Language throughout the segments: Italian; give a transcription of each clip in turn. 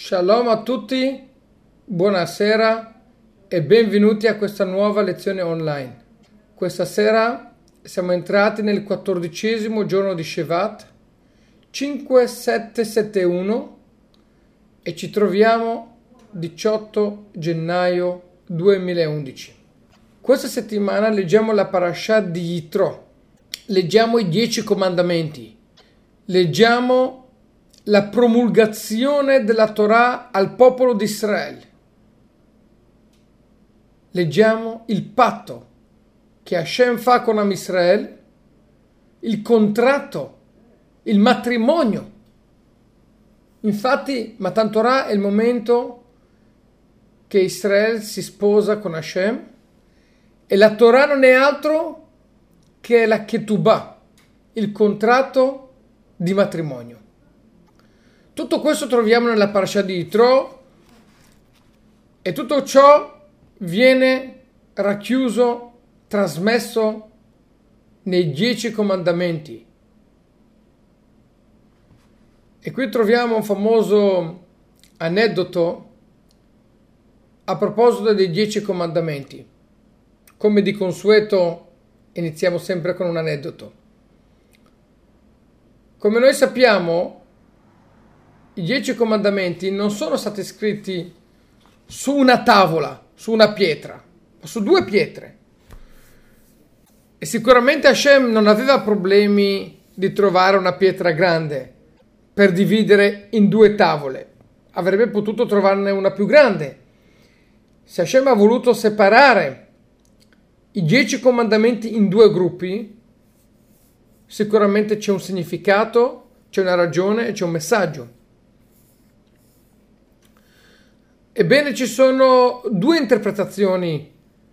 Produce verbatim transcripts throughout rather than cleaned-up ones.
Shalom a tutti, buonasera e benvenuti a questa nuova lezione online. Questa sera siamo entrati nel quattordicesimo giorno di Shevat, cinque sette sette uno, e ci troviamo diciotto gennaio duemilaundici. Questa settimana leggiamo la parasha di Yitro, leggiamo i dieci comandamenti, leggiamo la promulgazione della Torah al popolo di Israele. Leggiamo il patto che Hashem fa con Am Israel, il contratto, il matrimonio. Infatti, Matan Torah è il momento che Israele si sposa con Hashem e la Torah non è altro che la Ketubah, il contratto di matrimonio. Tutto questo troviamo nella parasha di Yitro e tutto ciò viene racchiuso, trasmesso nei dieci comandamenti. E qui troviamo un famoso aneddoto a proposito dei dieci comandamenti. Come di consueto iniziamo sempre con un aneddoto. Come noi sappiamo, i dieci comandamenti non sono stati scritti su una tavola, su una pietra, ma su due pietre. E sicuramente Hashem non aveva problemi di trovare una pietra grande per dividere in due tavole. Avrebbe potuto trovarne una più grande. Se Hashem ha voluto separare i dieci comandamenti in due gruppi, sicuramente c'è un significato, c'è una ragione e c'è un messaggio. Ebbene, ci sono due interpretazioni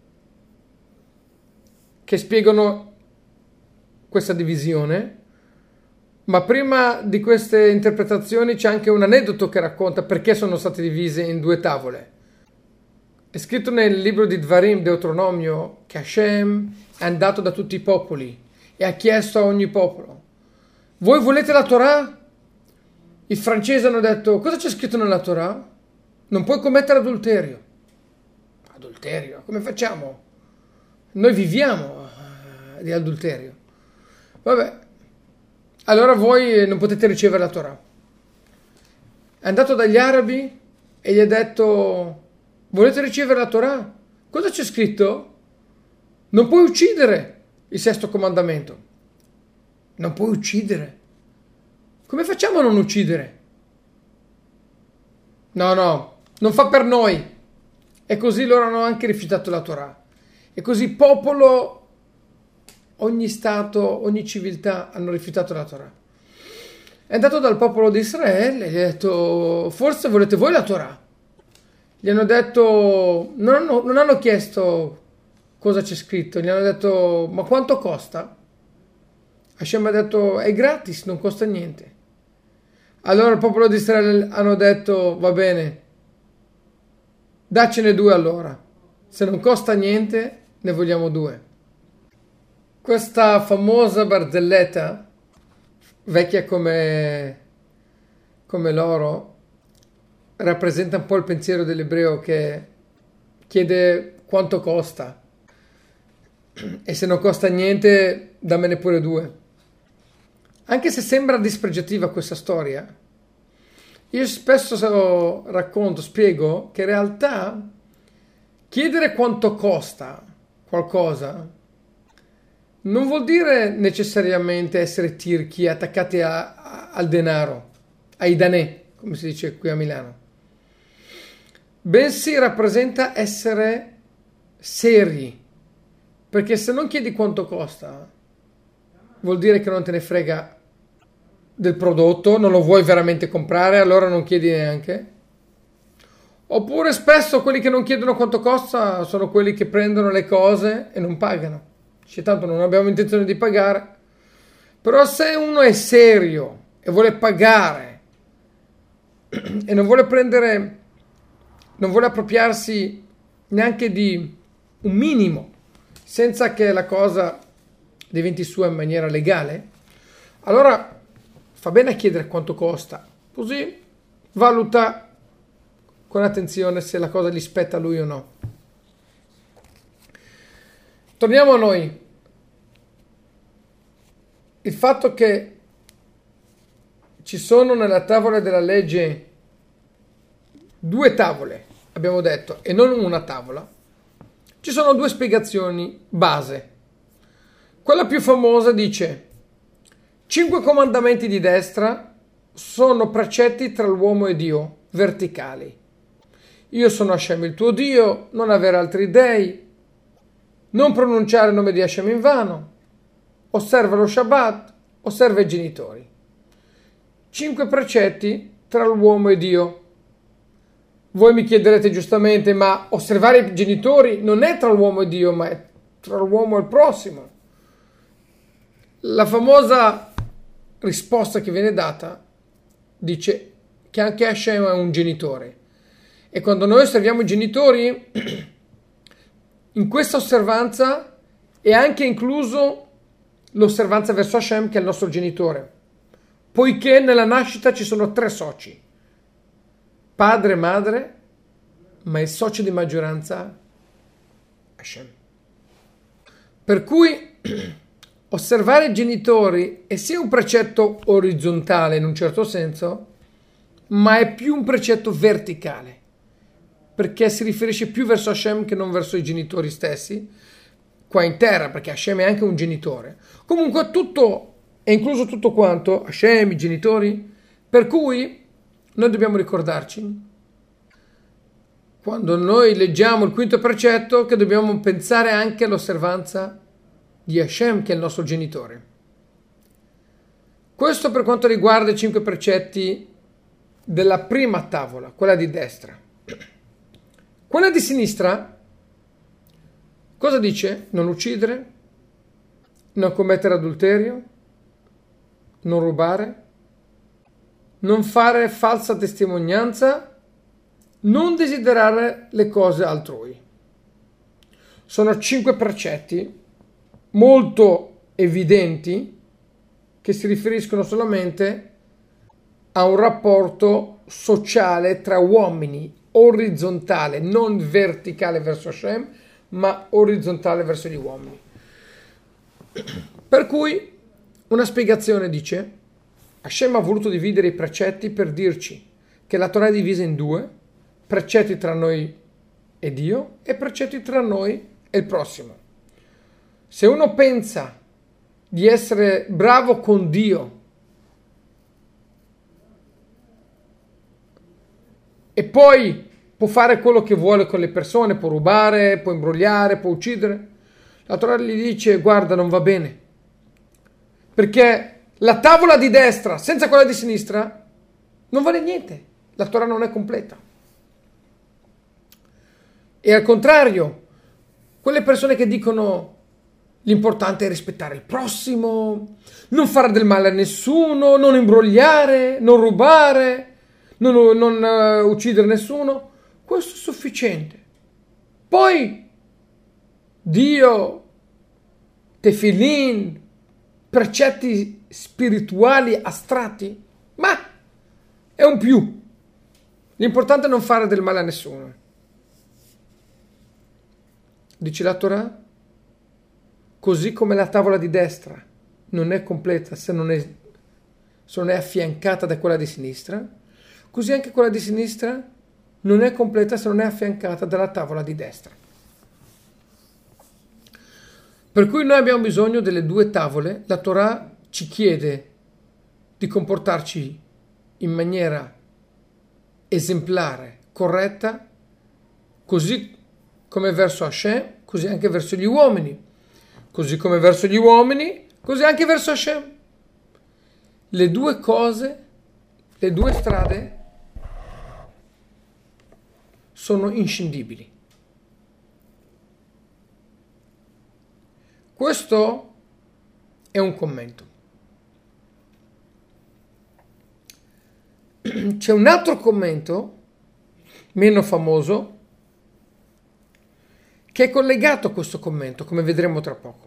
che spiegano questa divisione, ma prima di queste interpretazioni c'è anche un aneddoto che racconta perché sono state divise in due tavole. È scritto nel libro di Dvarim, Deuteronomio, che Hashem è andato da tutti i popoli e ha chiesto a ogni popolo: voi volete la Torah? I francesi hanno detto: cosa c'è scritto nella Torah? Non puoi commettere adulterio. Adulterio? Come facciamo? Noi viviamo uh, di adulterio. Vabbè. Allora voi non potete ricevere la Torah. È andato dagli arabi e gli ha detto: volete ricevere la Torah? Cosa c'è scritto? Non puoi uccidere, il sesto comandamento. Non puoi uccidere. Come facciamo a non uccidere? No, no. Non fa per noi. E così loro hanno anche rifiutato la Torah. E così popolo, ogni stato, ogni civiltà hanno rifiutato la Torah. È andato dal popolo di Israele e gli ha detto: forse volete voi la Torah? Gli hanno detto, non hanno, non hanno chiesto cosa c'è scritto, gli hanno detto: ma quanto costa? Hashem ha detto: è gratis, non costa niente. Allora il popolo di Israele hanno detto: va bene, daccene due allora, se non costa niente ne vogliamo due. Questa famosa barzelletta, vecchia come, come l'oro, rappresenta un po' il pensiero dell'ebreo che chiede quanto costa e se non costa niente dammene pure due. Anche se sembra dispregiativa questa storia, io spesso racconto, spiego che in realtà chiedere quanto costa qualcosa non vuol dire necessariamente essere tirchi, attaccati a, a, al denaro, ai danè, come si dice qui a Milano. Bensì rappresenta essere seri, perché se non chiedi quanto costa vuol dire che non te ne frega del prodotto, non lo vuoi veramente comprare, allora non chiedi neanche. Oppure spesso quelli che non chiedono quanto costa sono quelli che prendono le cose e non pagano. Dice: tanto non abbiamo intenzione di pagare. Però se uno è serio e vuole pagare e non vuole prendere, non vuole appropriarsi neanche di un minimo senza che la cosa diventi sua in maniera legale, allora fa bene a chiedere quanto costa, così valuta con attenzione se la cosa gli spetta a lui o no. Torniamo a noi. Il fatto che ci sono nella tavola della legge due tavole, abbiamo detto, e non una tavola, ci sono due spiegazioni base. Quella più famosa dice: cinque comandamenti di destra sono precetti tra l'uomo e Dio, verticali. Io sono Hashem il tuo Dio, non avere altri dei, non pronunciare il nome di Hashem in vano, osserva lo Shabbat, osserva i genitori. Cinque precetti tra l'uomo e Dio. Voi mi chiederete giustamente, ma osservare i genitori non è tra l'uomo e Dio, ma è tra l'uomo e il prossimo. La famosa risposta che viene data dice che anche Hashem è un genitore. E quando noi osserviamo i genitori, in questa osservanza è anche incluso l'osservanza verso Hashem, che è il nostro genitore, poiché nella nascita ci sono tre soci, padre e madre, ma il socio di maggioranza Hashem. Per cui osservare i genitori è sia un precetto orizzontale in un certo senso, ma è più un precetto verticale, perché si riferisce più verso Hashem che non verso i genitori stessi, qua in terra, perché Hashem è anche un genitore. Comunque tutto, è incluso tutto quanto, Hashem, i genitori, per cui noi dobbiamo ricordarci, quando noi leggiamo il quinto precetto, che dobbiamo pensare anche all'osservanza di Hashem, che è il nostro genitore. Questo per quanto riguarda i cinque precetti della prima tavola, quella di destra. Quella di sinistra cosa dice? Non uccidere, non commettere adulterio, non rubare, non fare falsa testimonianza, non desiderare le cose altrui. Sono cinque precetti molto evidenti che si riferiscono solamente a un rapporto sociale tra uomini, orizzontale, non verticale verso Hashem, ma orizzontale verso gli uomini. Per cui una spiegazione dice: Hashem ha voluto dividere i precetti per dirci che la Torah è divisa in due, precetti tra noi e Dio e precetti tra noi e il prossimo. Se uno pensa di essere bravo con Dio e poi può fare quello che vuole con le persone, può rubare, può imbrogliare, può uccidere, la Torah gli dice: guarda, non va bene, perché la tavola di destra senza quella di sinistra non vale niente, la Torah non è completa. E al contrario, quelle persone che dicono l'importante è rispettare il prossimo, non fare del male a nessuno, non imbrogliare, non rubare, non, non uh, uccidere nessuno, questo è sufficiente. Poi Dio, tefillin, precetti spirituali astratti, ma è un più. L'importante è non fare del male a nessuno. Dice la Torah, così come la tavola di destra non è completa se non è, se non è affiancata da quella di sinistra, così anche quella di sinistra non è completa se non è affiancata dalla tavola di destra. Per cui noi abbiamo bisogno delle due tavole. La Torah ci chiede di comportarci in maniera esemplare, corretta, così come verso Hashem, così anche verso gli uomini, così come verso gli uomini, così anche verso Hashem. Le due cose, le due strade sono inscindibili. Questo è un commento. C'è un altro commento, meno famoso, che è collegato a questo commento, come vedremo tra poco.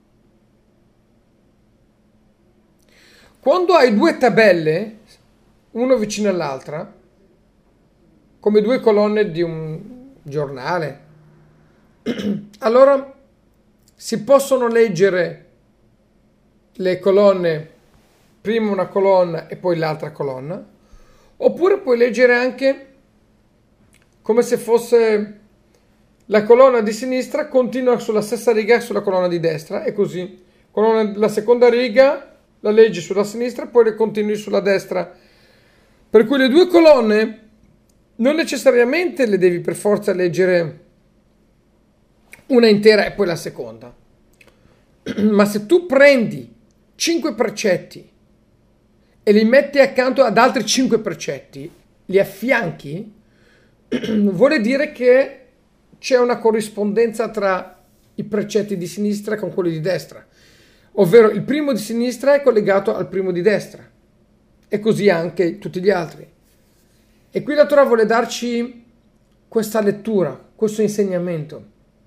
Quando hai due tabelle, uno vicino all'altra, come due colonne di un giornale, allora si possono leggere le colonne, prima una colonna e poi l'altra colonna, oppure puoi leggere anche come se fosse la colonna di sinistra continua sulla stessa riga sulla colonna di destra, e così colonna, la seconda riga la leggi sulla sinistra, poi le continui sulla destra, per cui le due colonne non necessariamente le devi per forza leggere una intera e poi la seconda, ma se tu prendi cinque precetti e li metti accanto ad altri cinque precetti, li affianchi, vuole dire che c'è una corrispondenza tra i precetti di sinistra con quelli di destra, ovvero il primo di sinistra è collegato al primo di destra, e così anche tutti gli altri. E qui la Torah vuole darci questa lettura, questo insegnamento.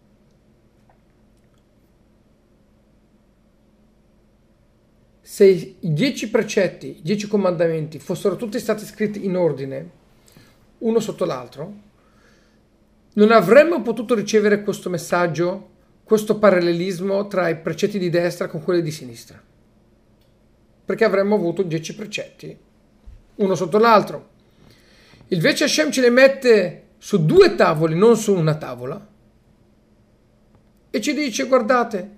Se i dieci precetti, i dieci comandamenti fossero tutti stati scritti in ordine, uno sotto l'altro, non avremmo potuto ricevere questo messaggio, questo parallelismo tra i precetti di destra con quelli di sinistra, perché avremmo avuto dieci precetti, uno sotto l'altro. Invece Hashem ce li mette su due tavoli, non su una tavola, e ci dice: guardate,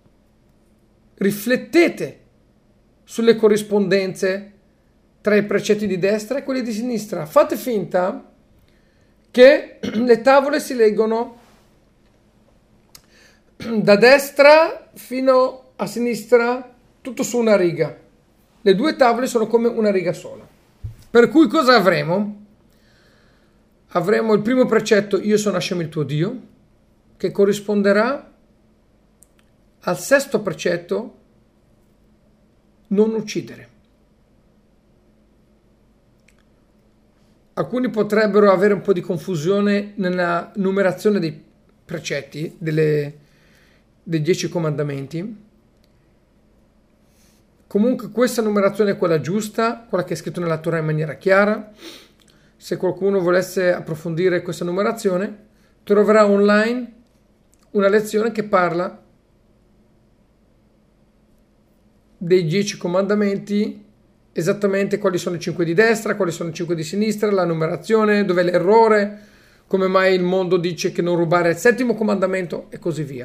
riflettete sulle corrispondenze tra i precetti di destra e quelli di sinistra. Fate finta che le tavole si leggono da destra fino a sinistra, tutto su una riga. Le due tavole sono come una riga sola. Per cui cosa avremo? Avremo il primo precetto: io sono Hashem il tuo Dio, che corrisponderà al sesto precetto: non uccidere. Alcuni potrebbero avere un po' di confusione nella numerazione dei precetti, delle, dei dieci comandamenti. Comunque questa numerazione è quella giusta, quella che è scritta nella Torah in maniera chiara. Se qualcuno volesse approfondire questa numerazione, troverà online una lezione che parla dei dieci comandamenti, esattamente quali sono i cinque di destra, quali sono i cinque di sinistra, la numerazione, dov'è l'errore, come mai il mondo dice che non rubare è il settimo comandamento e così via.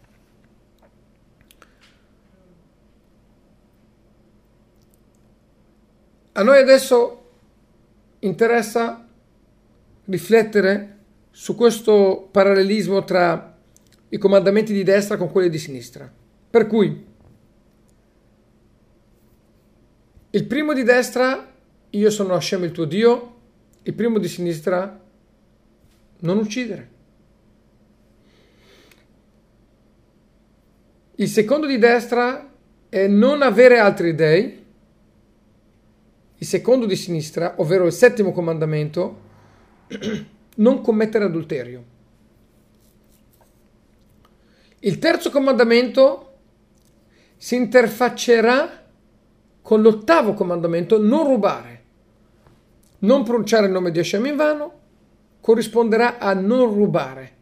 A noi adesso interessa riflettere su questo parallelismo tra i comandamenti di destra con quelli di sinistra. Per cui il primo di destra: io sono Hashem il tuo Dio. Il primo di sinistra: non uccidere. Il secondo di destra è non avere altri dei. Il secondo di sinistra, ovvero il settimo comandamento, non commettere adulterio. Il terzo comandamento si interfaccerà con l'ottavo comandamento: non rubare. Non pronunciare il nome di Hashem in vano corrisponderà a non rubare.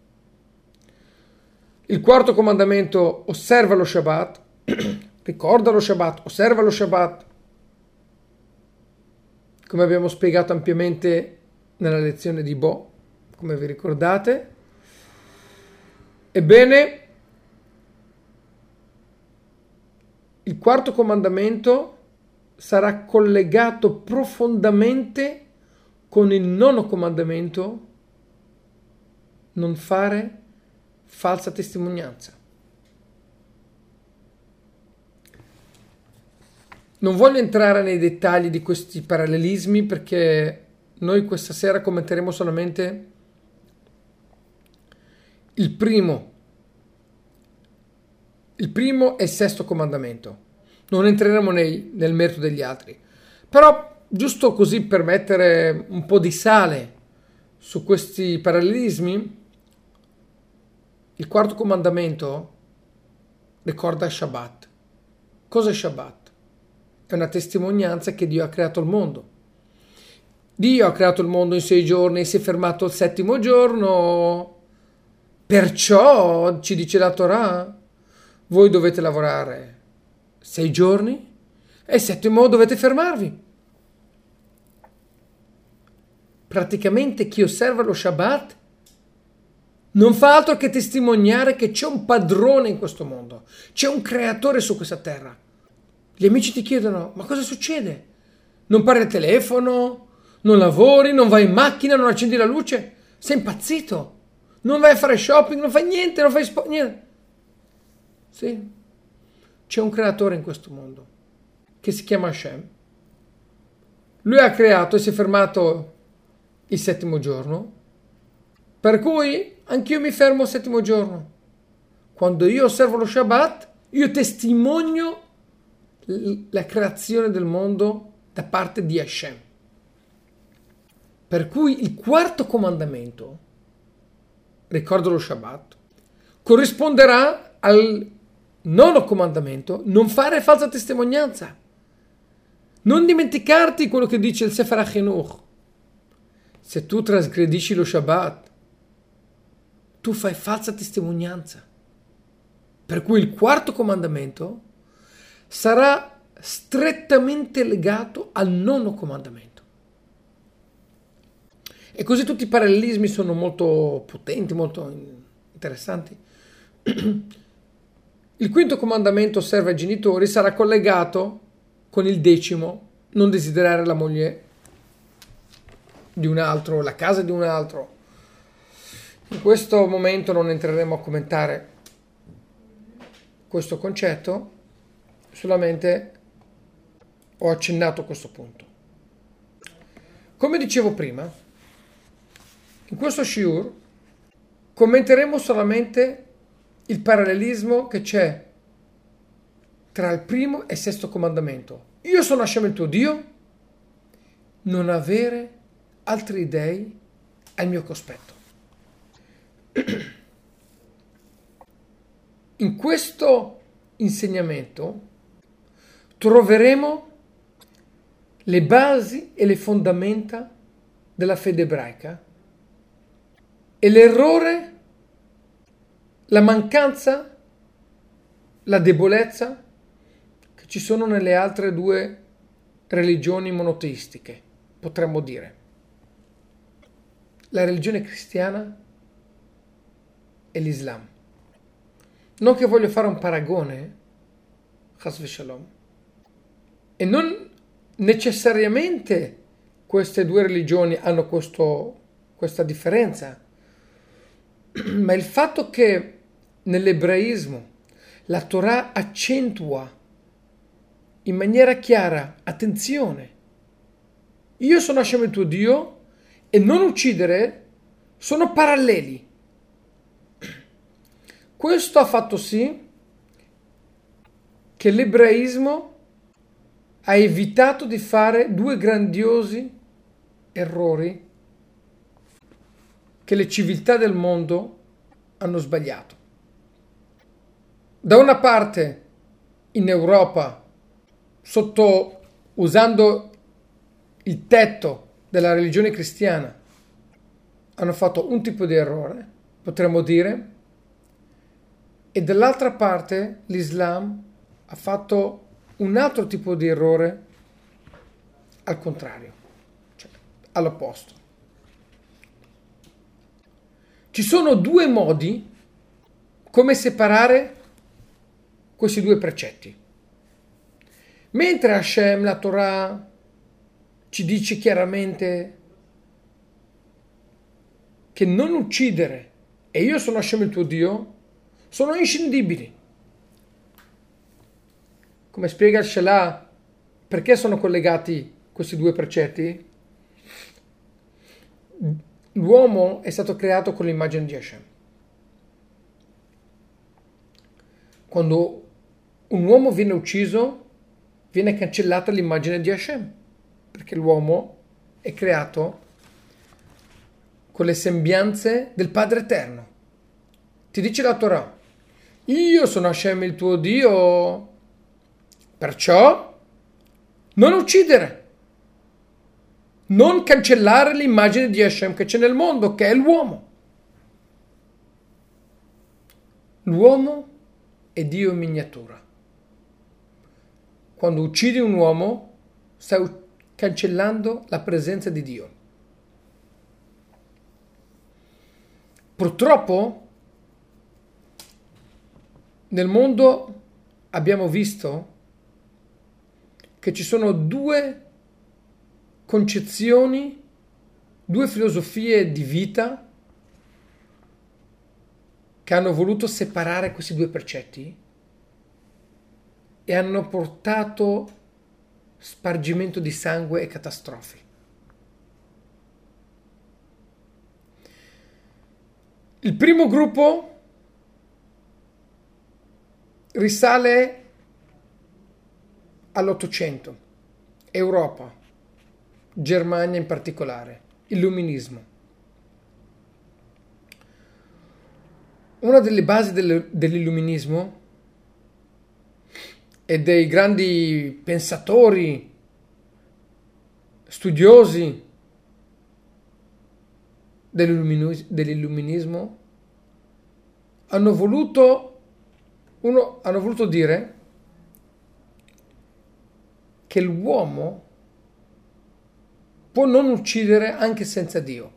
Il quarto comandamento: osserva lo Shabbat. Ricorda lo Shabbat, osserva lo Shabbat, come abbiamo spiegato ampiamente nella lezione di Bo, come vi ricordate. Ebbene, il quarto comandamento sarà collegato profondamente con il nono comandamento: non fare falsa testimonianza. Non voglio entrare nei dettagli di questi parallelismi, perché noi questa sera commenteremo solamente il primo, il primo e il sesto comandamento. Non entreremo nei, nel merito degli altri. Però, giusto così per mettere un po' di sale su questi parallelismi, il quarto comandamento ricorda Shabbat. Cosa è Shabbat? È una testimonianza che Dio ha creato il mondo. Dio ha creato il mondo in sei giorni e si è fermato il settimo giorno. Perciò, ci dice la Torah, voi dovete lavorare sei giorni e il settimo dovete fermarvi. Praticamente chi osserva lo Shabbat non fa altro che testimoniare che c'è un padrone in questo mondo, c'è un creatore su questa terra. Gli amici ti chiedono: ma cosa succede? Non parli al telefono, non lavori, non vai in macchina, non accendi la luce? Sei impazzito? Non vai a fare shopping, non fai niente, non fai sport, niente. Sì, c'è un creatore in questo mondo che si chiama Hashem. Lui ha creato e si è fermato il settimo giorno, per cui anch'io mi fermo il settimo giorno. Quando io osservo lo Shabbat, io testimonio la creazione del mondo da parte di Hashem. Per cui il quarto comandamento, ricordo lo Shabbat, corrisponderà al nono comandamento: non fare falsa testimonianza. Non dimenticarti quello che dice il Sefer HaChinuch. Se tu trasgredisci lo Shabbat, tu fai falsa testimonianza. Per cui il quarto comandamento sarà strettamente legato al nono comandamento. E così tutti i parallelismi sono molto potenti, molto interessanti. Il quinto comandamento, osserva i genitori, sarà collegato con il decimo: non desiderare la moglie di un altro, la casa di un altro. In questo momento non entreremo a commentare questo concetto, solamente ho accennato questo punto. Come dicevo prima, in questo shiur commenteremo solamente il parallelismo che c'è tra il primo e il sesto comandamento. Io sono Hashem il tuo Dio, non avere altri dei al mio cospetto. In questo insegnamento troveremo le basi e le fondamenta della fede ebraica e l'errore, la mancanza, la debolezza che ci sono nelle altre due religioni monoteistiche, potremmo dire. La religione cristiana e l'Islam. Non che voglio fare un paragone, Chas v'Shalom, e non necessariamente queste due religioni hanno questo, questa differenza, ma il fatto che nell'ebraismo la Torah accentua in maniera chiara: attenzione, io sono Hashem il tuo Dio, e non uccidere sono paralleli. Questo ha fatto sì che l'ebraismo ha evitato di fare due grandiosi errori che le civiltà del mondo hanno sbagliato. Da una parte, in Europa, sotto usando il tetto della religione cristiana, hanno fatto un tipo di errore, potremmo dire, e dall'altra parte l'Islam ha fatto un altro tipo di errore al contrario, cioè all'opposto. Ci sono due modi come separare questi due precetti. Mentre Hashem, la Torah, ci dice chiaramente che non uccidere e io sono Hashem il tuo Dio sono inscindibili. Come spiega il Shelah, perché sono collegati questi due precetti? L'uomo è stato creato con l'immagine di Hashem. Quando un uomo viene ucciso, viene cancellata l'immagine di Hashem, perché l'uomo è creato con le sembianze del Padre Eterno. Ti dice la Torah: io sono Hashem il tuo Dio, perciò non uccidere. Non cancellare l'immagine di Hashem che c'è nel mondo, che è l'uomo. L'uomo è Dio in miniatura. Quando uccidi un uomo, stai cancellando la presenza di Dio. Purtroppo, nel mondo abbiamo visto che ci sono due concezioni, due filosofie di vita che hanno voluto separare questi due precetti e hanno portato spargimento di sangue e catastrofi. Il primo gruppo risale all'Ottocento, Europa, Germania in particolare, Illuminismo. Una delle basi del, dell'Illuminismo e dei grandi pensatori, studiosi dell'Illuminismo hanno voluto, uno, hanno voluto dire che l'uomo può non uccidere anche senza Dio.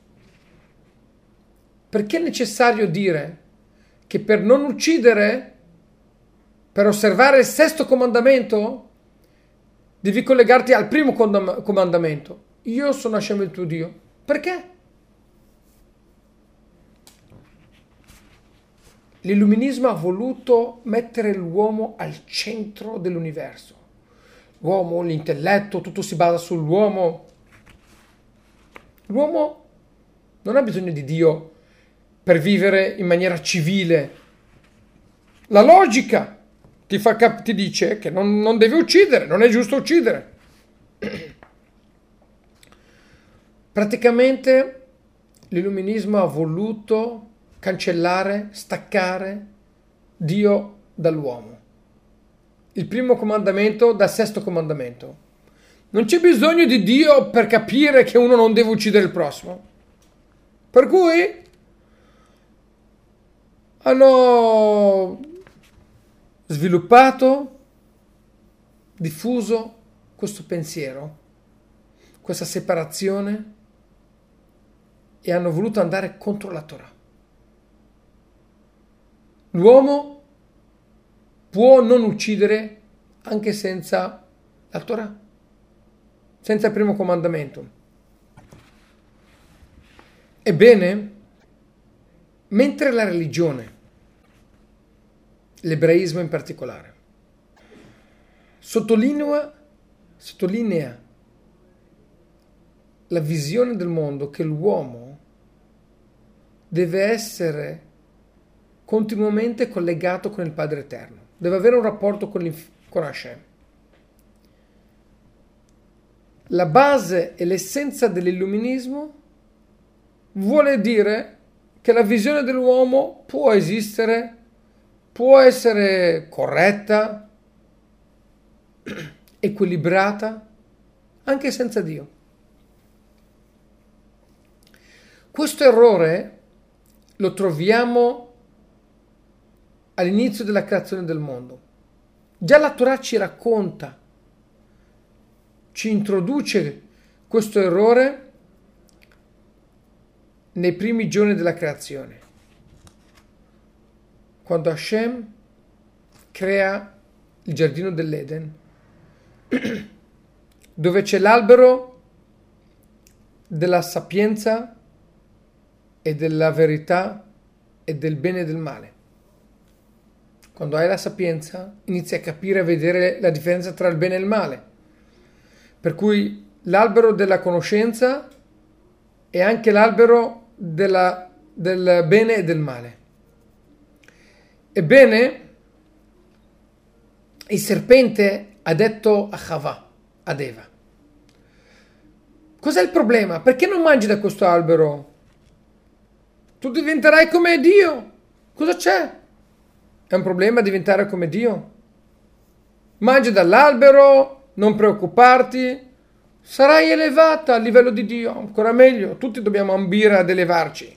Perché è necessario dire che per non uccidere, per osservare il sesto comandamento, devi collegarti al primo comandamento. Io sono Hashem il tuo Dio. Perché? L'Illuminismo ha voluto mettere l'uomo al centro dell'universo. L'uomo, l'intelletto, tutto si basa sull'uomo. L'uomo non ha bisogno di Dio per vivere in maniera civile. La logica ti, fa cap- ti dice che non, non devi uccidere, non è giusto uccidere. Praticamente l'Illuminismo ha voluto cancellare, staccare Dio dall'uomo. Il primo comandamento dal sesto comandamento. Non c'è bisogno di Dio per capire che uno non deve uccidere il prossimo. Per cui hanno sviluppato, diffuso questo pensiero, questa separazione e hanno voluto andare contro la Torah. L'uomo può non uccidere anche senza la Torah, senza il primo comandamento. Ebbene, mentre la religione, l'ebraismo in particolare, sottolinea, sottolinea la visione del mondo che l'uomo deve essere continuamente collegato con il Padre Eterno, deve avere un rapporto con, con Hashem. La base e l'essenza dell'illuminismo vuole dire che la visione dell'uomo può esistere, può essere corretta, equilibrata, anche senza Dio. Questo errore lo troviamo all'inizio della creazione del mondo. Già la Torah ci racconta, ci introduce questo errore nei primi giorni della creazione, quando Hashem crea il giardino dell'Eden, dove c'è l'albero della sapienza e della verità e del bene e del male. Quando hai la sapienza, inizi a capire e vedere la differenza tra il bene e il male. Per cui l'albero della conoscenza è anche l'albero della, del bene e del male. Ebbene, il serpente ha detto a Chava, ad Eva: cos'è il problema? Perché non mangi da questo albero? Tu diventerai come Dio. Cosa c'è? È un problema diventare come Dio? Mangi dall'albero, non preoccuparti, Sarai elevata a livello di Dio, ancora meglio, tutti dobbiamo ambire ad elevarci.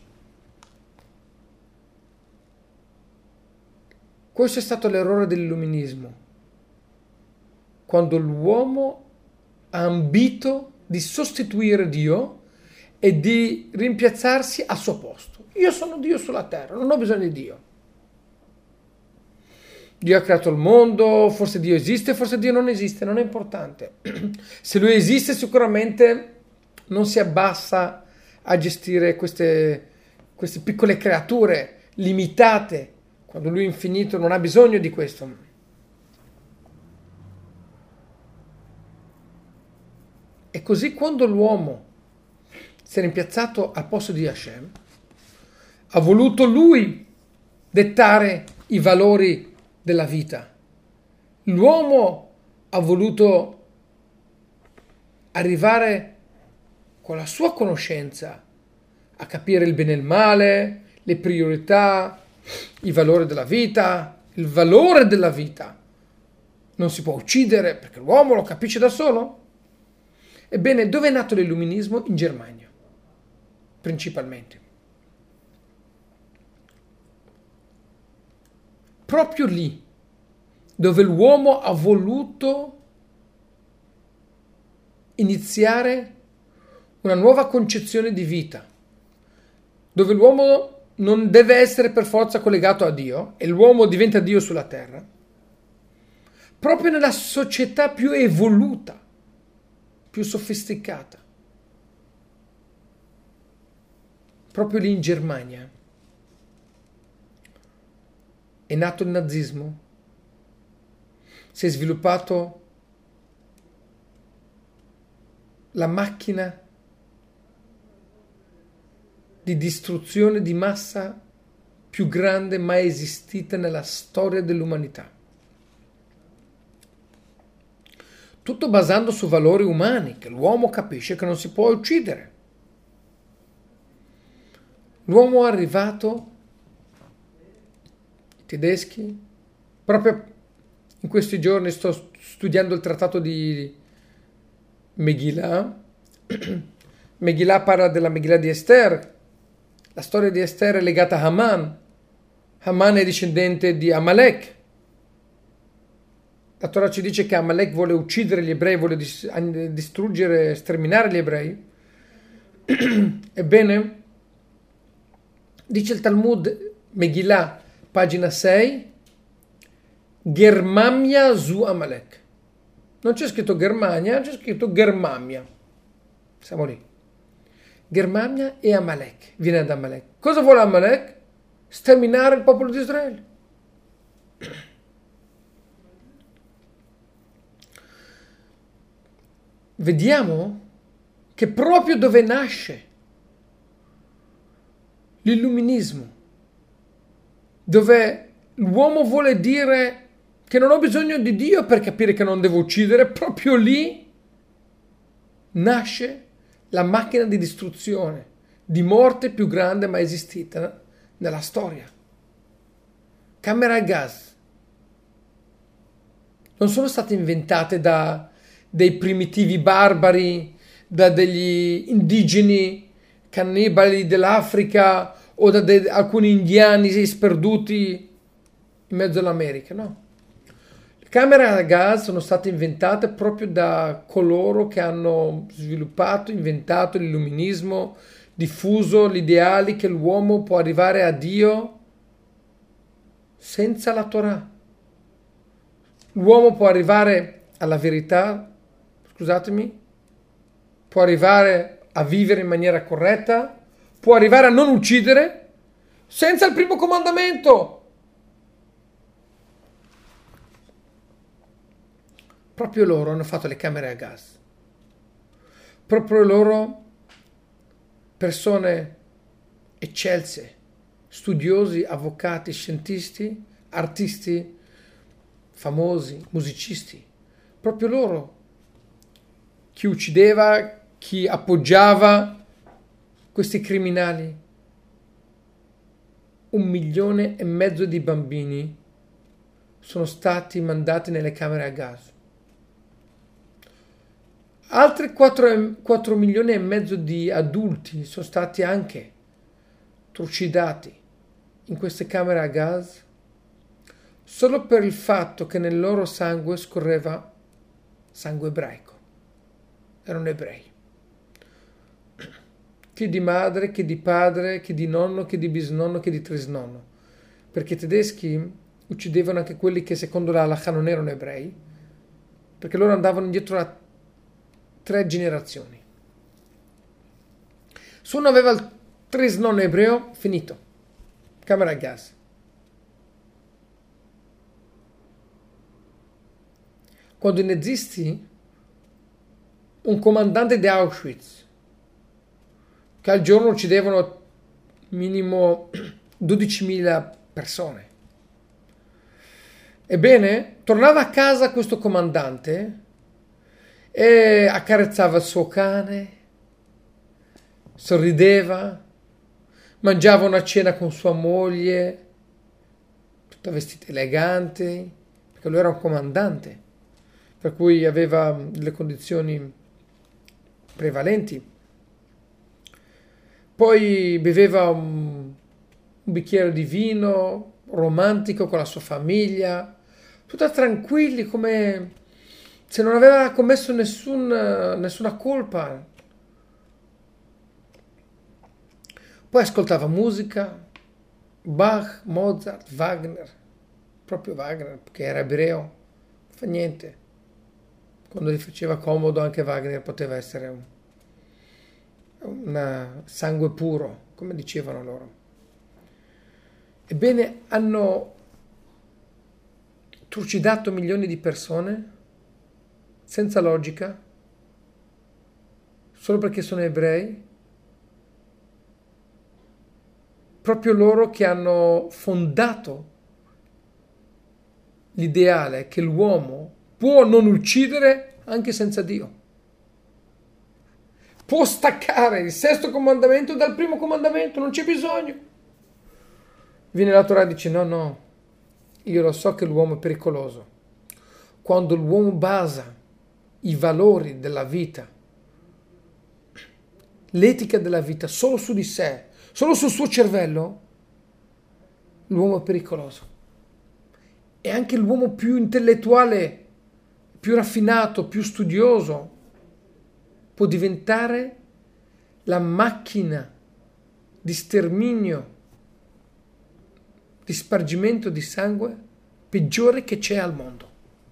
Questo è stato l'errore dell'illuminismo, quando l'uomo ha ambito di sostituire Dio e di rimpiazzarsi al suo posto. Io sono Dio sulla terra, non ho bisogno di Dio. Dio ha creato il mondo, forse Dio esiste, forse Dio non esiste, non è importante. Se Lui esiste sicuramente non si abbassa a gestire queste, queste piccole creature limitate, quando Lui è infinito non ha bisogno di questo. E così quando l'uomo si è rimpiazzato al posto di Hashem, ha voluto Lui dettare i valori della vita. L'uomo ha voluto arrivare con la sua conoscenza a capire il bene e il male, le priorità, i valori della vita, il valore della vita. Non si può uccidere perché l'uomo lo capisce da solo. Ebbene, dove è nato l'illuminismo? In Germania, principalmente. Proprio lì, dove l'uomo ha voluto iniziare una nuova concezione di vita, dove l'uomo non deve essere per forza collegato a Dio e l'uomo diventa Dio sulla terra, proprio nella società più evoluta, più sofisticata, proprio lì in Germania è nato il nazismo, si è sviluppato la macchina di distruzione di massa più grande mai esistita nella storia dell'umanità. Tutto basando su valori umani, che l'uomo capisce che non si può uccidere. L'uomo è arrivato, i tedeschi, proprio in questi giorni sto studiando il trattato di Megillah. Megillah parla della Megillah di Esther. La storia di Esther è legata a Haman. Haman è discendente di Amalek. La Torah ci dice che Amalek vuole uccidere gli ebrei, vuole distruggere, sterminare gli ebrei. Ebbene, dice il Talmud, Megillah, pagina sei, Germania zu Amalek. Non c'è scritto Germania, c'è scritto Germania. Siamo lì. Germania e Amalek, viene da Amalek. Cosa vuole Amalek? Sterminare il popolo di Israele. Vediamo che proprio dove nasce l'illuminismo, dove l'uomo vuole dire che non ho bisogno di Dio per capire che non devo uccidere, proprio lì nasce la macchina di distruzione, di morte più grande mai esistita nella storia. Camere a gas non sono state inventate da dei primitivi barbari, da degli indigeni cannibali dell'Africa o da de- alcuni indiani sperduti in mezzo all'America, no. Le camere a gas sono state inventate proprio da coloro che hanno sviluppato, inventato l'illuminismo, diffuso l'ideale che l'uomo può arrivare a Dio senza la Torah. L'uomo può arrivare alla verità, scusatemi, può arrivare a vivere in maniera corretta, può arrivare a non uccidere senza il primo comandamento. Proprio loro hanno fatto le camere a gas. Proprio loro, persone eccelse, studiosi, avvocati, scientisti, artisti, famosi, musicisti. Proprio loro. Chi uccideva, chi appoggiava questi criminali. Un milione e mezzo di bambini sono stati mandati nelle camere a gas. Altri quattro milioni e mezzo di adulti sono stati anche trucidati in queste camere a gas solo per il fatto che nel loro sangue scorreva sangue ebraico. Erano ebrei. Chi di madre, chi di padre, chi di nonno, chi di bisnonno, chi di trisnonno. Perché i tedeschi uccidevano anche quelli che secondo la halakha non erano ebrei, perché loro andavano indietro a tre generazioni. Se uno aveva il trisnonno ebreo, finito. Camera a gas. Quando i nazisti, un comandante di Auschwitz, che al giorno uccidevano minimo dodicimila persone. Ebbene, tornava a casa questo comandante e accarezzava il suo cane, sorrideva, mangiava una cena con sua moglie, tutta vestita elegante, perché lui era un comandante, per cui aveva le condizioni prevalenti. Poi beveva un, un bicchiere di vino, romantico con la sua famiglia, tutta tranquilli come se non aveva commesso nessun, nessuna colpa. Poi ascoltava musica, Bach, Mozart, Wagner, proprio Wagner, perché era ebreo, fa niente. Quando gli faceva comodo anche Wagner poteva essere un un sangue puro, come dicevano loro. Ebbene, hanno trucidato milioni di persone senza logica, solo perché sono ebrei, proprio loro che hanno fondato l'ideale che l'uomo può non uccidere anche senza Dio. Può staccare il sesto comandamento dal primo comandamento, non c'è bisogno. Viene la Torah e dice no, no, io lo so che l'uomo è pericoloso. Quando l'uomo basa i valori della vita, l'etica della vita solo su di sé, solo sul suo cervello, l'uomo è pericoloso. E anche l'uomo più intellettuale, più raffinato, più studioso, può diventare la macchina di sterminio, di spargimento di sangue peggiore che c'è al mondo.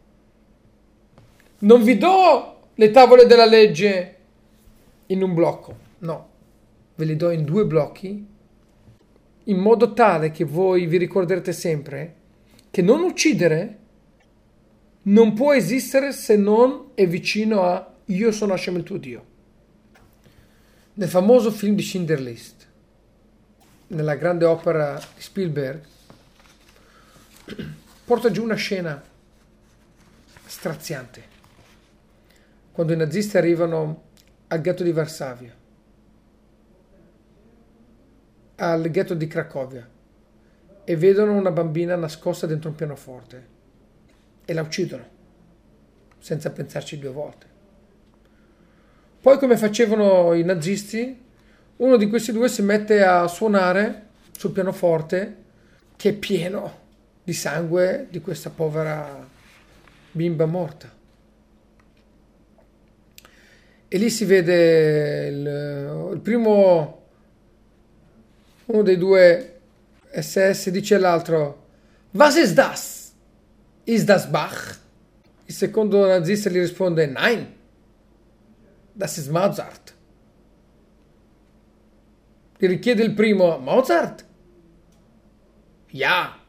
Non vi do le tavole della legge in un blocco, no, ve le do in due blocchi, in modo tale che voi vi ricorderete sempre che non uccidere non può esistere se non è vicino a io sono Hashem il tuo Dio. Nel famoso film di Schindler List, nella grande opera di Spielberg, porta giù una scena straziante. Quando i nazisti arrivano al ghetto di Varsavia, al ghetto di Cracovia, e vedono una bambina nascosta dentro un pianoforte e la uccidono, senza pensarci due volte. Poi, come facevano i nazisti, uno di questi due si mette a suonare sul pianoforte che è pieno di sangue di questa povera bimba morta. E lì si vede il, il primo, uno dei due S S dice all'altro: Was ist das? Ist das Bach? Il secondo nazista gli risponde: Nein, das ist Mozart. Gli richiede il primo: Mozart? Ja.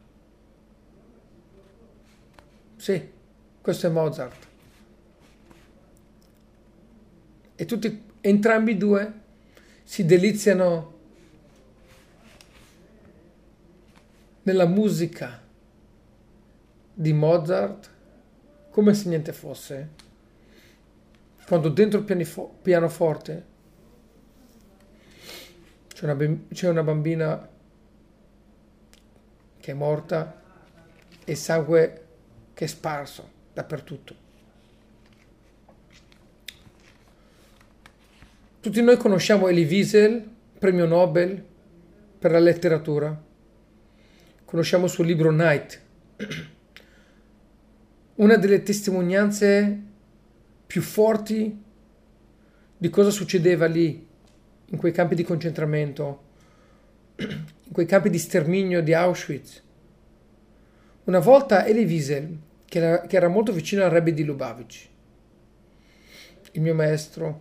Sì, questo è Mozart. E tutti, entrambi i due si deliziano nella musica di Mozart come se niente fosse, quando dentro il pianifo- pianoforte c'è una, bim- c'è una bambina che è morta e sangue che è sparso dappertutto. Tutti noi conosciamo Elie Wiesel, premio Nobel per la letteratura. Conosciamo il suo libro Night. Una delle testimonianze più forti di cosa succedeva lì, in quei campi di concentramento, in quei campi di sterminio di Auschwitz. Una volta Elie Wiesel, che era, che era molto vicino al Rebbe di Lubavitch, il mio maestro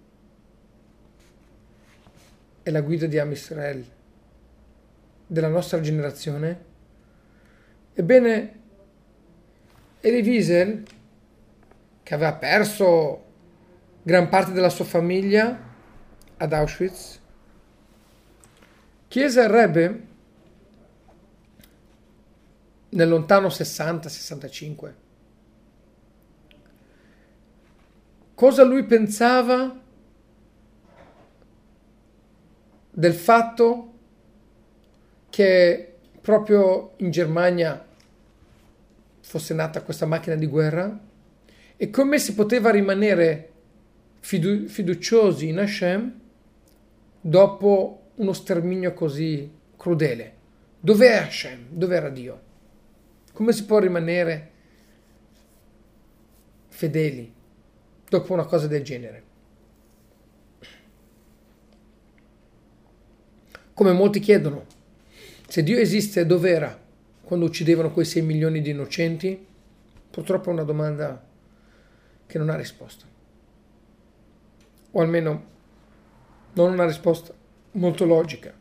e la guida di Am Israel della nostra generazione, ebbene Elie Wiesel, che aveva perso gran parte della sua famiglia ad Auschwitz, chiese al Rebbe nel lontano sessanta sessantacinque cosa lui pensava del fatto che proprio in Germania fosse nata questa macchina di guerra e come si poteva rimanere fidu- fiduciosi in Hashem dopo uno sterminio così crudele. Dov'è Hashem? Dov'era Dio? Come si può rimanere fedeli dopo una cosa del genere? Come molti chiedono, se Dio esiste, dov'era quando uccidevano quei sei milioni di innocenti? Purtroppo è una domanda che non ha risposta. O almeno non una risposta molto logica.